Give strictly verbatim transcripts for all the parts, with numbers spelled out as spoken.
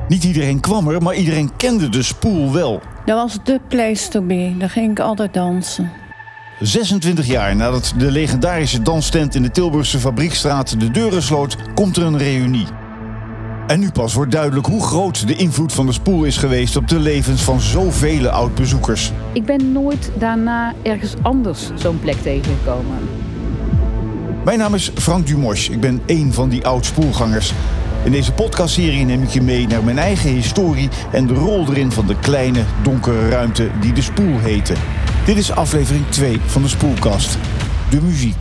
Niet iedereen kwam er, maar iedereen kende de Spoel wel. Dat was de place to be. Daar ging ik altijd dansen. zesentwintig jaar nadat de legendarische danstent in de Tilburgse Fabriekstraat de deuren sloot, komt er een reunie. En nu pas wordt duidelijk hoe groot de invloed van de Spoel is geweest op de levens van zoveel oud-bezoekers. Ik ben nooit daarna ergens anders zo'n plek tegengekomen. Mijn naam is Frank Dumos. Ik ben één van die oud-Spoelgangers. In deze podcastserie neem ik je mee naar mijn eigen historie en de rol erin van de kleine, donkere ruimte die de Spoel heette. Dit is aflevering twee van de Spoelkast. De muziek.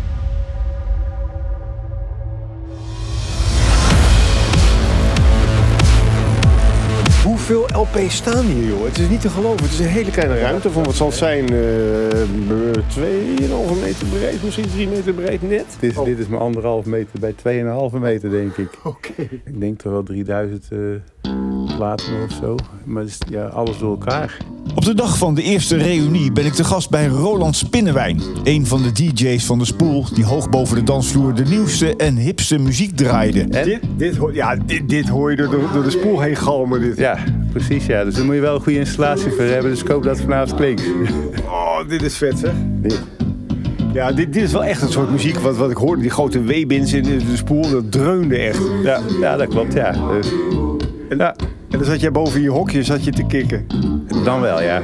Hoeveel L P's staan hier, joh? Het is niet te geloven. Het is een hele kleine ruimte van, wat zal het zijn, uh, twee komma vijf meter breed, misschien drie meter breed net. Dit is, oh. dit is maar anderhalf meter bij twee komma vijf meter, denk ik. Oké. Okay. Ik denk toch wel drieduizend uh, platen of zo. Maar het is, ja, alles door elkaar. Op de dag van de eerste reunie ben ik te gast bij Roland Spinnewijn. Een van de D J's van de Spoel die hoog boven de dansvloer de nieuwste en hipste muziek draaide. En? Dit, dit, hoor, ja, dit, dit hoor je door, door de Spoel heen galmen. Dit. Ja, precies. Ja. Dus daar moet je wel een goede installatie voor hebben. Dus ik hoop dat het vanavond klinkt. Oh, dit is vet, zeg. Dit. Ja, dit, dit is wel echt een soort muziek wat, wat ik hoorde. Die grote W-bins in de Spoel, dat dreunde echt. Ja, ja dat klopt, ja. Dus, en, ja. En dan zat jij boven je hokje zat je te kikken. Dan wel, ja.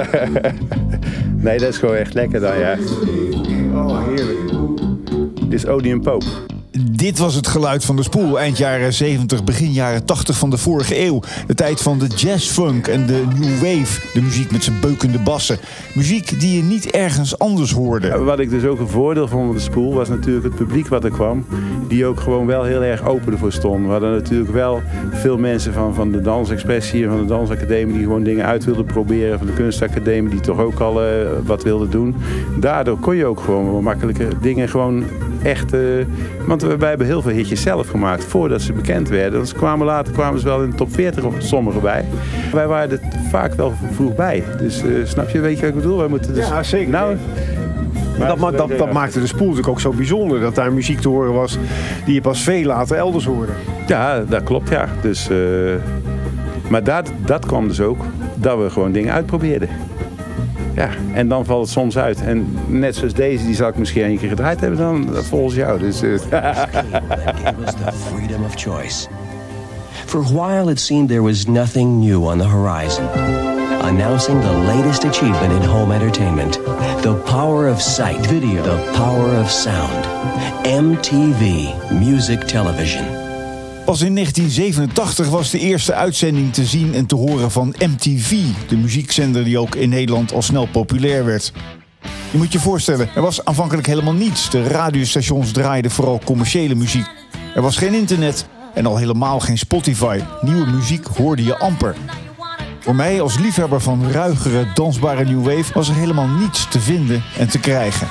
Nee, dat is gewoon echt lekker dan, ja. Oh, heerlijk. Dit is Odeon Pope. Dit was het geluid van de Spoel eind jaren zeventig, begin jaren tachtig van de vorige eeuw. De tijd van de jazzfunk en de new wave. De muziek met zijn beukende bassen. Muziek die je niet ergens anders hoorde. Wat ik dus ook een voordeel vond van de Spoel was natuurlijk het publiek wat er kwam. Die ook gewoon wel heel erg open ervoor stond. We hadden natuurlijk wel veel mensen van, van de dansexpressie en van de dansacademie die gewoon dingen uit wilden proberen. Van de kunstacademie die toch ook al uh, wat wilden doen. Daardoor kon je ook gewoon wel makkelijke dingen gewoon echt... Uh, want wij hebben heel veel hitjes zelf gemaakt voordat ze bekend werden. Dus kwamen later kwamen ze wel in de top veertig of sommigen bij. Wij waren er vaak wel vroeg bij. Dus uh, snap je, weet je wat ik bedoel? Wij moeten dus... Ja, zeker. Nou, maar dat, ma- dat, dat maakte de Spoel natuurlijk ook zo bijzonder. Dat daar muziek te horen was die je pas veel later elders hoorde. Ja, dat klopt, ja. Dus, uh, maar dat, dat kwam dus ook dat we gewoon dingen uitprobeerden. Ja, en dan valt het soms uit. En net zoals deze, die zal ik misschien een keer gedraaid hebben dan volgens jou. Dus, uh. Gave us the freedom of choice. For a while it seemed there was nothing new on the horizon. Announcing the latest achievement in home entertainment. The power of sight, video, the power of sound. M T V, Music Television. Pas in negentien zevenentachtig was de eerste uitzending te zien en te horen van M T V. De muziekzender die ook in Nederland al snel populair werd. Je moet je voorstellen, er was aanvankelijk helemaal niets. De radiostations draaiden vooral commerciele muziek. Er was geen internet en al helemaal geen Spotify. Nieuwe muziek hoorde je amper. Voor mij als liefhebber van ruigere, dansbare new wave was er helemaal niets te vinden en te krijgen.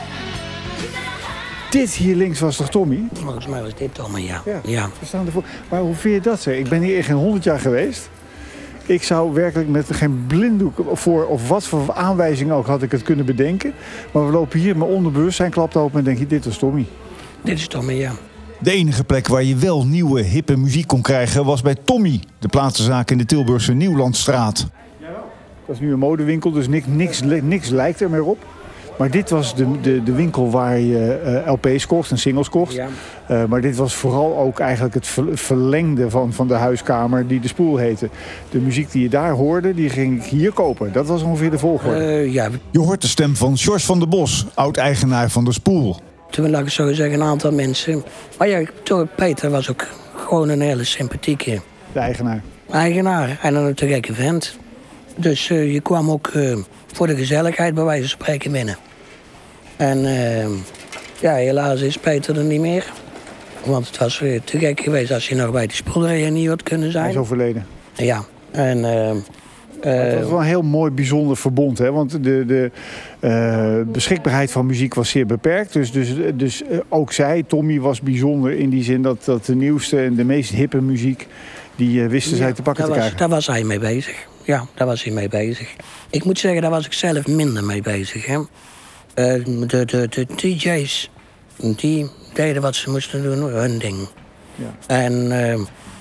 Dit hier links was toch Tommy? Volgens mij was dit Tommy, ja. Ja, ja. we staan ervoor. Maar hoe vind je dat, zeg? Ik ben hier geen honderd jaar geweest. Ik zou werkelijk met geen blinddoek voor of wat voor aanwijzing ook had ik het kunnen bedenken. Maar we lopen hier, mijn onderbewustzijn klapt open en denk je, dit was Tommy. Dit is Tommy, ja. De enige plek waar je wel nieuwe, hippe muziek kon krijgen was bij Tommy. De platenzaak in de Tilburgse Nieuwlandstraat. Dat is nu een modewinkel, dus niks, niks, niks lijkt er meer op. Maar dit was de, de, de winkel waar je uh, L P's kocht en singles kocht. Ja. Uh, maar dit was vooral ook eigenlijk het ver, verlengde van, van de huiskamer die de Spoel heette. De muziek die je daar hoorde, die ging ik hier kopen. Dat was ongeveer de volgorde. Uh, ja. Je hoort de stem van George van der Bos, oud-eigenaar van de Spoel. Toen laat ik zo zeggen een aantal mensen. Maar ja, toch, Peter was ook gewoon een hele sympathieke... De eigenaar. Eigenaar en een te gekke vent. Dus uh, je kwam ook uh, voor de gezelligheid bij wijze van spreken binnen. En uh, ja, helaas is Peter er niet meer. Want het was weer te gek geweest als je nog bij die spoelrij niet had kunnen zijn. Hij is overleden. Ja, en... Uh, Uh, het was wel een heel mooi, bijzonder verbond. Hè? Want de, de uh, beschikbaarheid van muziek was zeer beperkt. Dus, dus, dus uh, ook zij, Tommy, was bijzonder in die zin dat, dat de nieuwste en de meest hippe muziek... die uh, wisten ja, zij te pakken te was, krijgen. Daar was hij mee bezig. Ja, daar was hij mee bezig. Ik moet zeggen, daar was ik zelf minder mee bezig. Hè? Uh, de, de, de D J's, die deden wat ze moesten doen, hun ding. Ja. En uh,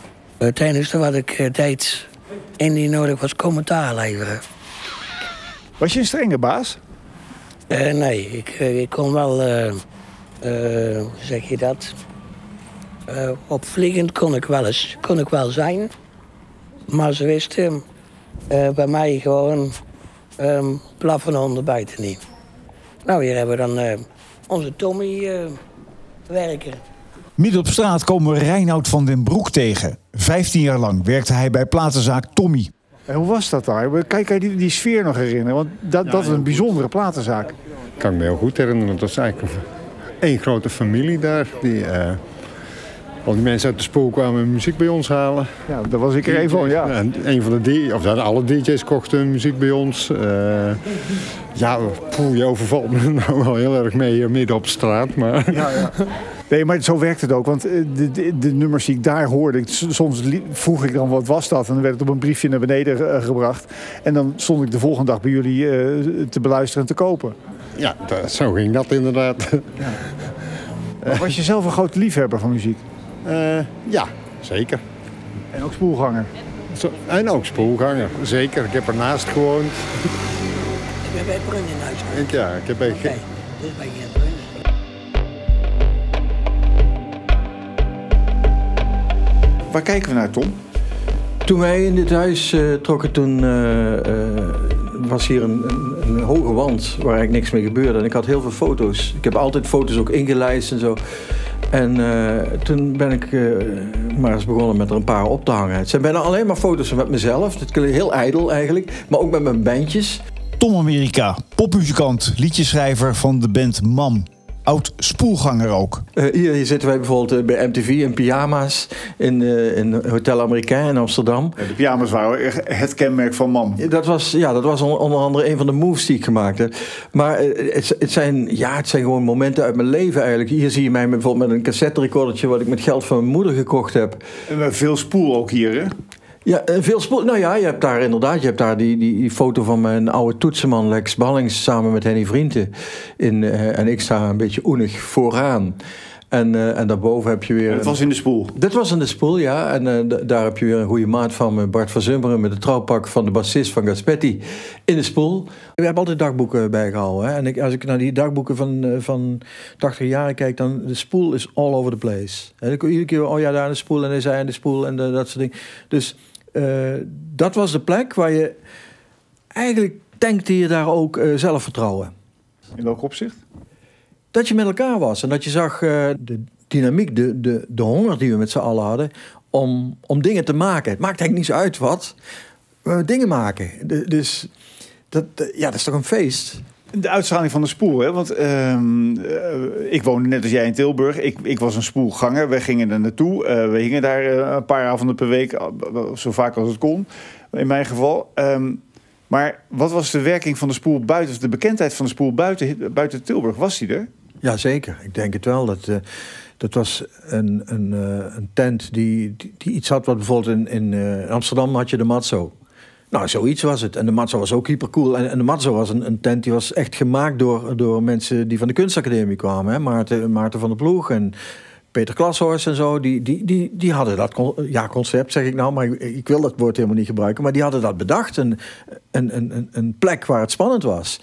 Het enige wat ik uh, deed indien nodig was commentaar leveren. Was je een strenge baas? Uh, nee, ik, uh, ik kon wel, uh, uh, hoe zeg je dat? Uh, opvliegend kon ik wel eens, kon ik wel zijn. Maar ze wisten uh, bij mij gewoon um, blaffen onder buiten niet. Nou, hier hebben we dan uh, onze Tommy uh, werker. Midden op straat komen we Reinoud van den Broek tegen. Vijftien jaar lang werkte hij bij platenzaak Tommy. En hoe was dat daar? Kan je die, die sfeer nog herinneren? Want dat, dat is een bijzondere platenzaak. Ik kan me heel goed herinneren. Dat was eigenlijk één grote familie daar. Die, uh, al die mensen uit de spoor kwamen muziek bij ons halen. Ja, daar was ik er een van, ja. En een van de D J's, of alle D J's kochten muziek bij ons. Uh, ja, poeh, je overvalt me nou wel heel erg mee midden op straat. Maar... Ja, ja. Nee, maar zo werkt het ook. Want de, de, de nummers die ik daar hoorde... soms vroeg ik dan wat was dat. En dan werd het op een briefje naar beneden uh, gebracht. En dan stond ik de volgende dag bij jullie uh, te beluisteren en te kopen. Ja, dat, zo ging dat inderdaad. Ja. Maar was je zelf een grote liefhebber van muziek? Uh, ja, zeker. En ook spoelganger? Zo, en ook spoelganger, zeker. Ik heb ernaast gewoond. Ik ben bij Brun in huis. Ik, ja, ik heb bij... Oké, okay. Dus bij je Brun. Waar kijken we naar, Tom? Toen wij in dit huis uh, trokken, toen uh, uh, was hier een, een, een hoge wand waar eigenlijk niks mee gebeurde. En ik had heel veel foto's. Ik heb altijd foto's ook ingelijst en zo. En uh, toen ben ik uh, maar eens begonnen met er een paar op te hangen. Het zijn bijna alleen maar foto's met mezelf. Dat klinkt heel ijdel eigenlijk. Maar ook met mijn bandjes. Tom Amerika, popmuzikant, liedjeschrijver van de band Mam. Oud spoelganger ook. Uh, hier, hier zitten wij bijvoorbeeld uh, bij M T V in pyjama's in, uh, in Hotel Americain in Amsterdam. Ja, de pyjama's waren het kenmerk van Mam. Dat was, ja, dat was onder andere een van de moves die ik gemaakt heb. Maar uh, het, het, zijn, ja, het zijn gewoon momenten uit mijn leven eigenlijk. Hier zie je mij bijvoorbeeld met een cassette recordertje wat ik met geld van mijn moeder gekocht heb. En veel spoel ook hier, hè? Ja, veel spoel. Nou ja, je hebt daar inderdaad, je hebt daar die, die, die foto van mijn oude toetsenman Lex Ballings samen met Henny Vrienden. In, uh, en ik sta een beetje oenig vooraan. En, uh, en daarboven heb je weer... Dat was in de spoel? Dat was in de spoel, ja. En uh, d- daar heb je weer een goede maat van me, Bart van Zummeren, met het trouwpak van de bassist van Gaspetti in de spoel. We hebben altijd dagboeken bijgehouden. Hè? En ik, als ik naar die dagboeken van, uh, van tachtig jaren kijk, dan de spoel is all over the place. En ik iedere keer, oh ja, daar in de spoel en hij zei in de spoel en de, dat soort dingen. Dus uh, dat was de plek waar je eigenlijk tankte je daar ook uh, zelfvertrouwen. In welk opzicht? Dat je met elkaar was en dat je zag uh, de dynamiek, de, de, de honger die we met z'n allen hadden om, om dingen te maken. Het maakt eigenlijk niet zo uit wat, we dingen maken. De, dus dat, ja, dat is toch een feest. De uitstraling van de spoel, hè? Want uh, uh, ik woonde net als jij in Tilburg. Ik, ik was een spoelganger. We gingen er naartoe. Uh, we hingen daar uh, een paar avonden per week, zo vaak als het kon, in mijn geval. Um, maar wat was de werking van de spoel buiten, de bekendheid van de spoel buiten, buiten Tilburg? Was die er? Ja, zeker. Ik denk het wel. Dat, uh, dat was een, een, uh, een tent die, die, die iets had wat bijvoorbeeld in, in uh, Amsterdam had je de Matzo. Nou, zoiets was het. En de Matzo was ook hypercool. En, en de Matzo was een, een tent die was echt gemaakt door, door mensen die van de kunstacademie kwamen. Hè? Maarten, Maarten van der Ploeg en Peter Klashorst en zo. Die, die, die, die hadden dat con- ja, concept, zeg ik nou, maar ik, ik wil dat woord helemaal niet gebruiken. Maar die hadden dat bedacht. Een, een, een, een plek waar het spannend was.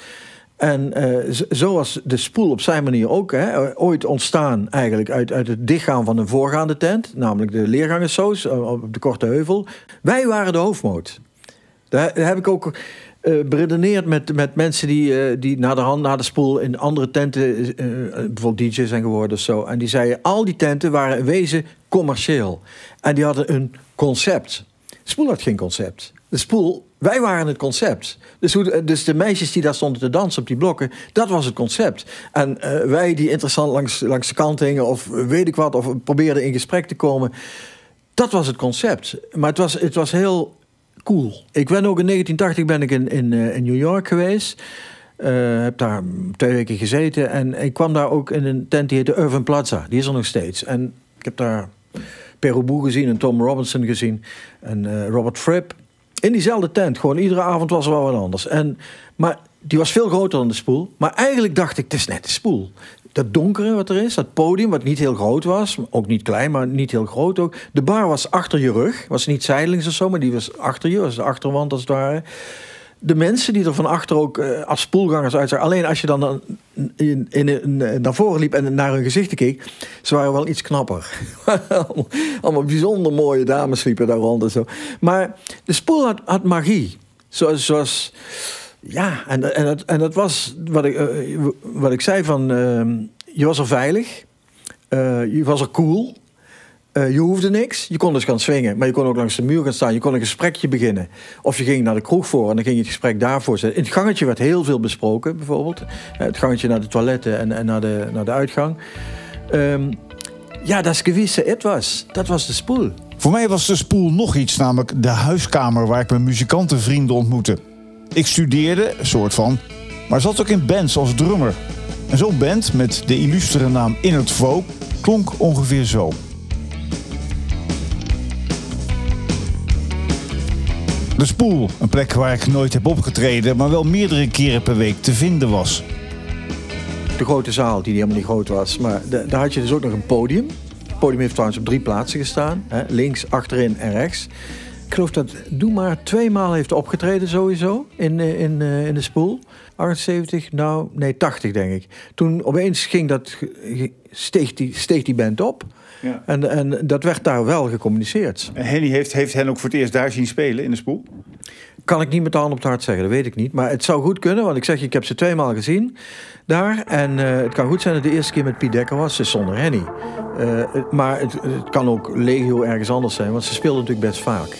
En uh, zo was de spoel op zijn manier ook hè, ooit ontstaan eigenlijk uit, uit het dichtgaan van een voorgaande tent. Namelijk de Leergangerssoos op de Korte Heuvel. Wij waren de hoofdmoot. Daar heb ik ook uh, beredeneerd met, met mensen die, uh, die na de hand, na de spoel in andere tenten, uh, bijvoorbeeld D J's zijn geworden of zo. En die zeiden, al die tenten waren in wezen commercieel. En die hadden een concept. De spoel had geen concept. De spoel, wij waren het concept. Dus, hoe, dus de meisjes die daar stonden te dansen op die blokken, dat was het concept. En uh, wij die interessant langs, langs de kant hingen of weet ik wat, of probeerden in gesprek te komen, dat was het concept. Maar het was, het was heel cool. Ik ben ook in negentien tachtig ben ik in, in, uh, in New York geweest. Uh, heb daar twee weken gezeten. En ik kwam daar ook in een tent die heette Irving Plaza. Die is er nog steeds. En ik heb daar Peruboe gezien en Tom Robinson gezien. En uh, Robert Fripp. In diezelfde tent. Gewoon iedere avond was er wel wat anders. En, maar die was veel groter dan de spoel. Maar eigenlijk dacht ik, het is net de spoel. dat donkere wat er is, dat podium wat niet heel groot was, ook niet klein, maar niet heel groot ook. De bar was achter je rug, was niet zijdelings of zo, maar die was achter je, was de achterwand als het ware. De mensen die er van achter ook uh, als spoelgangers uitzagen, alleen als je dan in, in, in, naar voren liep en naar hun gezichten keek, ze waren wel iets knapper. allemaal, allemaal bijzonder mooie dames liepen daar rond en zo. Maar de spoel had, had magie. Zoals, zoals ja, en, en, dat, en dat was wat ik, uh, wat ik zei van, uh, je was er veilig, uh, je was er cool. Uh, je hoefde niks. Je kon dus gaan swingen. Maar je kon ook langs de muur gaan staan. Je kon een gesprekje beginnen. Of je ging naar de kroeg voor en dan ging je het gesprek daarvoor zetten. In het gangetje werd heel veel besproken, bijvoorbeeld. Uh, het gangetje naar de toiletten en, en naar, de, naar de uitgang. Um, ja, dat is gewisse etwas. Dat was de spoel. Voor mij was de spoel nog iets, namelijk de huiskamer waar ik mijn muzikantenvrienden ontmoette. Ik studeerde, soort van, maar zat ook in bands als drummer. En zo'n band, met de illustere naam Innert Folk, klonk ongeveer zo. De Spoel, een plek waar ik nooit heb opgetreden, maar wel meerdere keren per week te vinden was. De grote zaal, die helemaal niet groot was, maar de, daar had je dus ook nog een podium. Het podium heeft trouwens op drie plaatsen gestaan, hè, links, achterin en rechts. Ik geloof dat Doe Maar twee maal heeft opgetreden sowieso in, in, in de Spoel. achtenzeventig, nou, nee, tachtig denk ik. Toen opeens ging dat, steeg die, steeg die band op. Ja. En, en dat werd daar wel gecommuniceerd. En Henny heeft, heeft hen ook voor het eerst daar zien spelen in de Spoel? Kan ik niet met de hand op het hart zeggen, dat weet ik niet. Maar het zou goed kunnen, want ik zeg je, ik heb ze tweemaal gezien daar. En uh, het kan goed zijn dat de eerste keer met Piet Dekker was, dus zonder Henny. Uh, maar het, het kan ook legio ergens anders zijn, want ze speelden natuurlijk best vaak.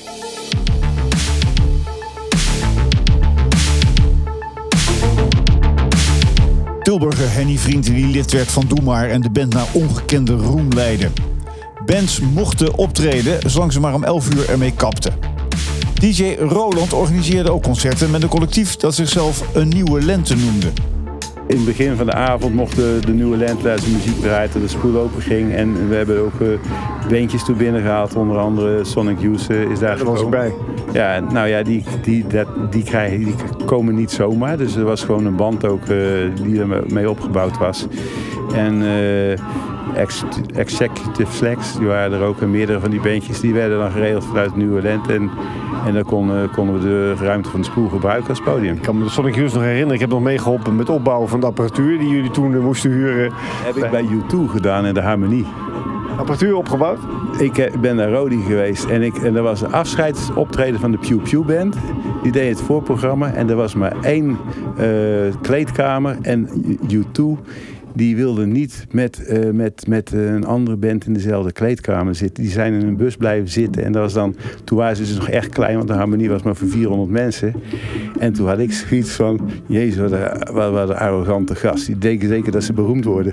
Tilburger Henny Vriend die lid werd van Doe Maar en de band naar ongekende roem leidde. Bands mochten optreden zolang ze maar om elf uur ermee kapten. D J Roland organiseerde ook concerten met een collectief dat zichzelf Een Nieuwe Lente noemde. In het begin van de avond mochten de Nieuwe Lente daar zijn muziek draaien tot de spoel open ging. En we hebben ook uh, bandjes toe binnengehaald, onder andere Sonic Youth uh, is daar gekomen. Dat was erbij. Ja, nou ja, die, die, dat, die, krijgen, die komen niet zomaar. Dus er was gewoon een band ook uh, die er mee opgebouwd was. En uh, ex, Executive Slacks, die waren er ook. En meerdere van die bandjes, die werden dan geregeld vanuit Nieuwe Lente. En, en dan konden, konden we de ruimte van de spoel gebruiken als podium. Ik kan me de Sonic Youth nog herinneren. Ik heb nog meegeholpen met opbouwen van de apparatuur die jullie toen uh, moesten huren. Heb ik bij U twee gedaan in de Harmonie. Apparatuur opgebouwd? Ik ben naar Rodi geweest en, ik, en er was een afscheidsoptreden van de Pew Pew Band. Die deed het voorprogramma en er was maar één uh, kleedkamer. En U twee die wilde niet met, uh, met, met een andere band in dezelfde kleedkamer zitten. Die zijn in een bus blijven zitten. En dat was dan, toen waren ze dus nog echt klein, want de Harmonie was maar voor vierhonderd mensen. En toen had ik zoiets van, jezus, wat een, wat, wat een arrogante gast. Die denken zeker dat ze beroemd worden.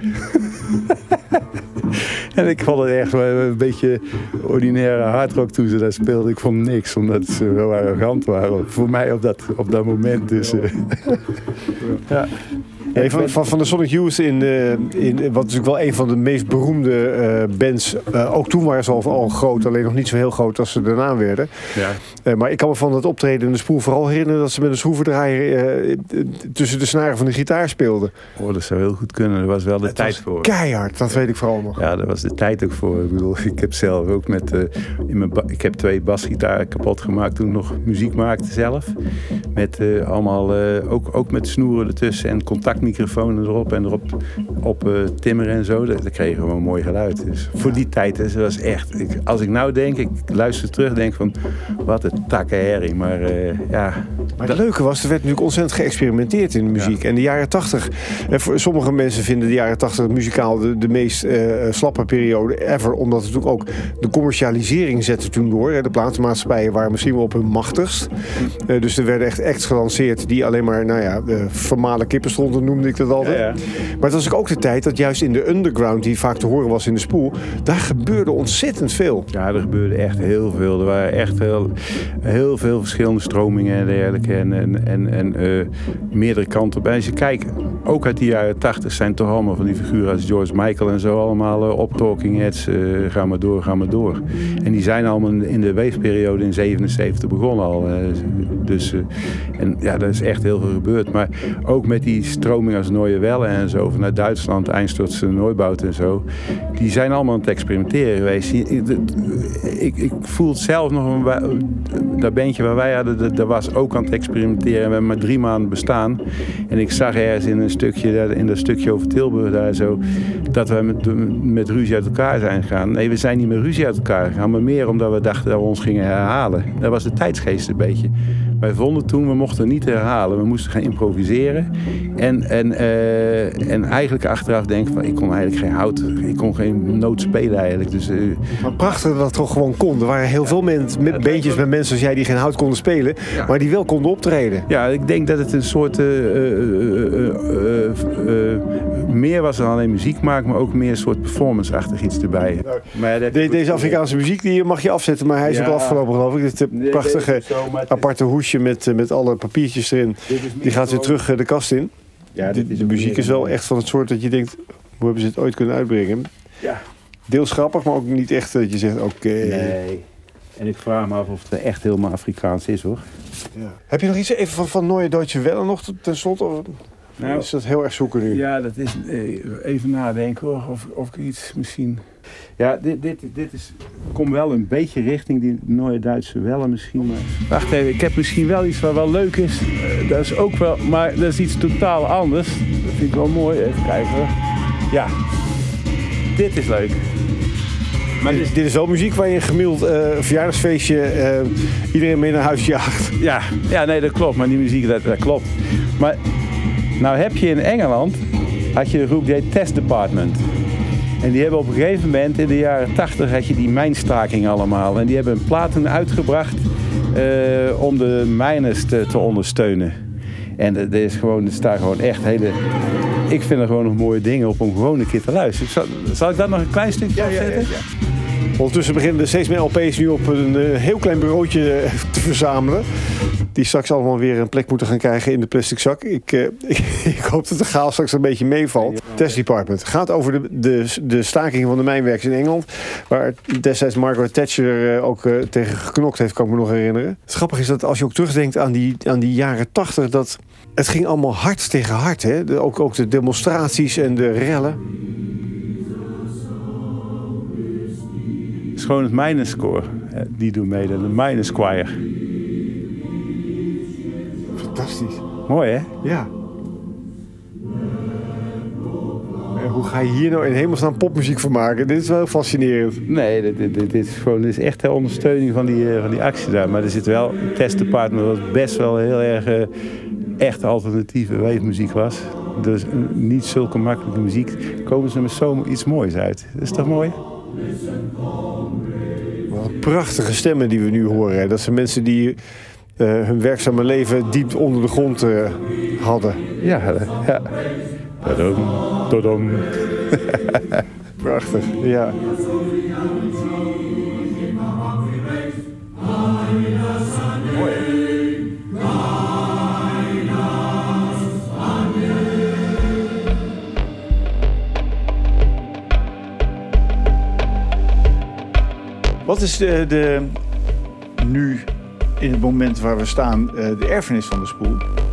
En ik vond het echt wel een beetje ordinaire hardrock toen ze daar speelden. Ik vond niks, omdat ze wel arrogant waren. Voor mij op dat, op dat moment. Dus, uh, ja. Ja, van, van, van de Sonic Youth, in, uh, in, wat natuurlijk wel een van de meest beroemde uh, bands. Uh, ook toen waren ze al, al groot, alleen nog niet zo heel groot als ze daarna werden. Ja. Uh, maar ik kan me van het optreden in de Spoel vooral herinneren dat ze met een schroevendraaier uh, tussen de snaren van de gitaar speelden. Oh, dat zou heel goed kunnen. Er was wel de het tijd voor. Keihard, dat weet ik vooral nog. Ja, daar was de tijd ook voor. Ik bedoel, ik heb zelf ook met uh, in mijn ba- ik heb twee basgitaren kapot gemaakt toen ik nog muziek maakte zelf. Met uh, allemaal uh, ook, ook met snoeren ertussen en contactmicrofoons erop en erop op uh, timmeren en zo. Daar kregen we een mooi geluid. Dus voor die tijd, dat was echt. Ik, als ik nou denk, ik luister terug, denk van wat een takkenherrie. Maar uh, ja. Maar het leuke was, er werd natuurlijk ontzettend geëxperimenteerd in de muziek. Ja. En de jaren tachtig, en voor sommige mensen vinden de jaren tachtig muzikaal de, de meest uh, slappe periode ever. Omdat het natuurlijk ook de commercialisering zette toen door. Hè. De platenmaatschappijen waren misschien wel op hun machtigst. Uh, dus er werden echt acts gelanceerd die alleen maar, nou ja, uh, vermalen kippen stonden, noemde ik dat altijd. Ja, ja. Maar het was ook de tijd dat juist in de underground, die vaak te horen was in de Spoel, daar gebeurde ontzettend veel. Ja, er gebeurde echt heel veel. Er waren echt heel, heel veel verschillende stromingen en dergelijke. En, en, en, en uh, meerdere kanten op. En als je kijkt, ook uit de jaren tachtig zijn toch allemaal van die figuren als George Michael en zo allemaal uh, op Talking Heads. Uh, ga maar door, ga maar door. En die zijn allemaal in de weefperiode in zevenenzeventig begonnen al. Uh, dus, uh, en ja, er is echt heel veel gebeurd. Maar ook met die stroom stromingen als Neue Welle en zo, vanuit Duitsland, Einstürzende Neubauten en zo, die zijn allemaal aan het experimenteren geweest. Ik, ik voel het zelf nog, dat bandje waar wij hadden, dat was ook aan het experimenteren. We hebben maar drie maanden bestaan. En ik zag ergens in een stukje, in dat stukje over Tilburg daar zo, dat we met, met ruzie uit elkaar zijn gegaan. Nee, we zijn niet met ruzie uit elkaar gegaan, maar meer omdat we dachten dat we ons gingen herhalen. Dat was de tijdsgeest een beetje. Wij vonden toen, we mochten niet herhalen. We moesten gaan improviseren. En, en, uh, en eigenlijk achteraf denken van, ik kon eigenlijk geen hout, ik kon geen noot spelen eigenlijk. Dus, uh, maar prachtig dat dat toch gewoon kon. Er waren heel ja. veel men, met ja, beentjes met mensen zoals jij die geen hout konden spelen, ja. maar die wel konden optreden. Ja, ik denk dat het een soort uh, uh, uh, uh, uh, uh, meer was dan alleen muziek maken, maar ook meer een soort performance-achtig iets erbij. Nou, maar de, deze Afrikaanse muziek die mag je afzetten, maar hij is ja. ook afgelopen, geloof ik. Dit uh, prachtige nee, zo, aparte hoesje met, met alle papiertjes erin. Die gaat weer terug de kast in. Ja, de, de muziek is wel echt van het soort dat je denkt, hoe hebben ze het ooit kunnen uitbrengen? Ja. Deels grappig, maar ook niet echt dat je zegt, oké. Okay. Nee. En ik vraag me af of het echt helemaal Afrikaans is, hoor. Ja. Heb je nog iets even van, van Neue Deutsche Welle nog ten slotte? Of nou, is dat heel erg zoeken nu? Ja, dat is even nadenken hoor, of, of ik iets misschien... Ja, dit, dit, dit is, komt wel een beetje richting die Neue Deutsche Welle misschien. Maar... Wacht even, ik heb misschien wel iets wat wel leuk is. Uh, dat is ook wel, maar dat is iets totaal anders. Dat vind ik wel mooi. Even kijken hoor. Ja, dit is leuk. Maar dit, dit is wel muziek waar je een gemiddeld uh, verjaardagsfeestje uh, iedereen mee naar huis jaagt. Ja, ja, nee, dat klopt. Maar die muziek, dat, dat klopt. Maar nou heb je in Engeland, had je de groep die heet Test Department. En die hebben op een gegeven moment, in de jaren tachtig, had je die mijnstaking allemaal. En die hebben een platen uitgebracht uh, om de mijners te, te ondersteunen. En er is gewoon, er staan gewoon echt hele... Ik vind er gewoon nog mooie dingen op om gewoon een keer te luisteren. Zal, zal ik dat nog een klein stukje ja, afzetten? Ja, ja, ja. Ondertussen beginnen er steeds meer L P's nu op een uh, heel klein bureautje uh, te verzamelen. Die straks allemaal weer een plek moeten gaan krijgen in de plastic zak. Ik, uh, ik, ik hoop dat de chaos straks een beetje meevalt. Ja. Test Department gaat over de, de, de stakingen van de mijnwerkers in Engeland. Waar destijds Margaret Thatcher uh, ook uh, tegen geknokt heeft, kan ik me nog herinneren. Het grappige is dat als je ook terugdenkt aan die, aan die jaren tachtig... dat het ging allemaal hard tegen hard. Hè? De, ook, ook de demonstraties en de rellen. Het is gewoon het Mijnenscore. Die doen mee, de Mijnenschoir. Fantastisch. Mooi, hè? Ja. En hoe ga je hier nou in hemelsnaam popmuziek van maken? Dit is wel heel fascinerend. Nee, dit, dit, dit is gewoon dit is echt de ondersteuning van die, uh, van die actie daar. Maar er zit wel een testdepartment wat best wel heel erg uh, echt alternatieve weefmuziek was. Dus uh, niet zulke makkelijke muziek. Komen ze met zo iets moois uit. Dat is toch mooi? Wat prachtige stemmen die we nu horen. Hè? Dat zijn mensen die... Uh, hun werkzame leven diep onder de grond uh, hadden. Ja, ja. Tadam, tadam. Prachtig, ja. Mooi. Wat is de, de nu... in het moment waar we staan, de erfenis van de Spoel?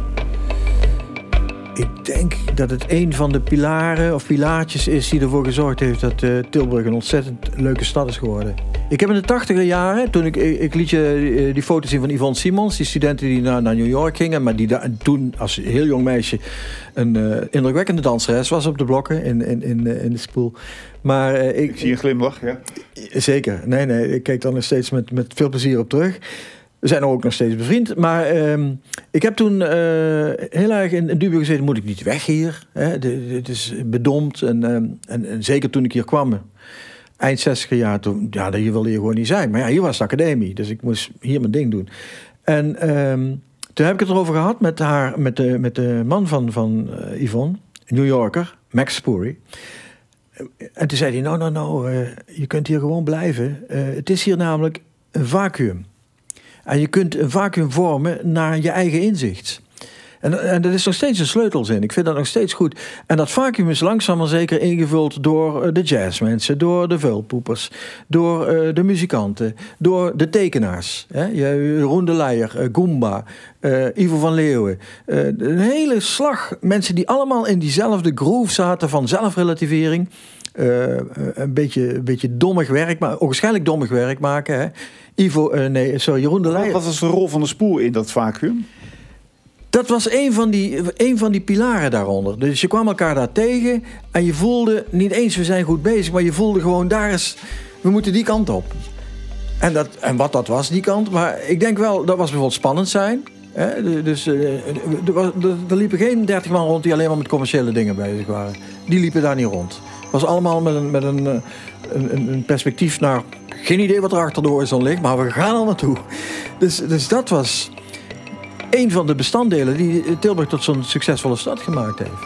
Ik denk dat het een van de pilaren of pilaartjes is die ervoor gezorgd heeft dat uh, Tilburg een ontzettend leuke stad is geworden. Ik heb in de tachtiger jaren, toen ik, ik liet je die foto's zien van Yvonne Simons, die studenten die naar, naar New York gingen, maar die da- toen als heel jong meisje een uh, indrukwekkende danseres was op de blokken in, in, in, in de Spoel. Maar, uh, ik, ik zie een glimlach, ja. Zeker. Nee, nee, ik kijk daar nog steeds met, met veel plezier op terug. We zijn ook nog steeds bevriend. Maar uh, ik heb toen uh, heel erg in, in dubio gezeten. Moet ik niet weg hier? Het is bedompt. En, uh, en, en zeker toen ik hier kwam. Eind zestiger jaar. Toen, ja, hier wilde je gewoon niet zijn. Maar ja, hier was de academie. Dus ik moest hier mijn ding doen. En uh, toen heb ik het erover gehad met, haar, met, de, met de man van, van uh, Yvonne. Een New Yorker. Max Spoory. En toen zei hij, nou, nou, nou. Uh, je kunt hier gewoon blijven. Uh, het is hier namelijk een vacuüm. En je kunt een vacuüm vormen naar je eigen inzicht. En, en dat is nog steeds een sleutelzin. Ik vind dat nog steeds goed. En dat vacuüm is langzaam maar zeker ingevuld door de jazzmensen, door de vuilpoepers, door uh, de muzikanten, door de tekenaars. Hè? Jeroen de Leijer, uh, Goomba, uh, Ivo van Leeuwen. Uh, een hele slag mensen die allemaal in diezelfde groove zaten van zelfrelativering. Uh, een, beetje, een beetje dommig werk, maar waarschijnlijk dommig werk maken. Hè? Ivo, uh, nee, sorry, Jeroen de Leijer. Wat was de rol van de spoel in dat vacuüm? Dat was een van, die, een van die pilaren daaronder. Dus je kwam elkaar daar tegen en je voelde niet eens we zijn goed bezig, maar je voelde gewoon daar is, we moeten die kant op. En, dat, en wat dat was, die kant. Maar ik denk wel, dat was bijvoorbeeld spannend zijn. Hè? Dus uh, er, was, er, er liepen geen dertig man rond die alleen maar met commerciële dingen bezig waren. Die liepen daar niet rond. Het was allemaal met een, met een, een, een perspectief naar geen idee wat er achter de horizon ligt, maar we gaan al naartoe. Dus, dus dat was een van de bestanddelen die Tilburg tot zo'n succesvolle stad gemaakt heeft.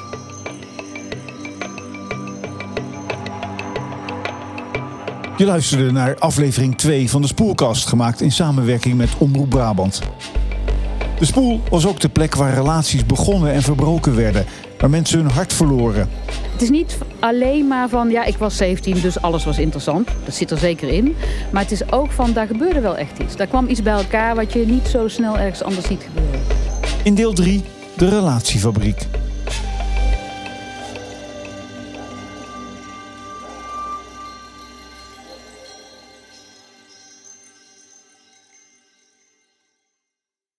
Je luisterde naar aflevering twee van de Spoelkast, gemaakt in samenwerking met Omroep Brabant. De Spoel was ook de plek waar relaties begonnen en verbroken werden, waar mensen hun hart verloren. Het is niet alleen maar van, ja, ik was zeventien, dus alles was interessant. Dat zit er zeker in. Maar het is ook van, daar gebeurde wel echt iets. Daar kwam iets bij elkaar wat je niet zo snel ergens anders ziet gebeuren. In deel drie, de relatiefabriek.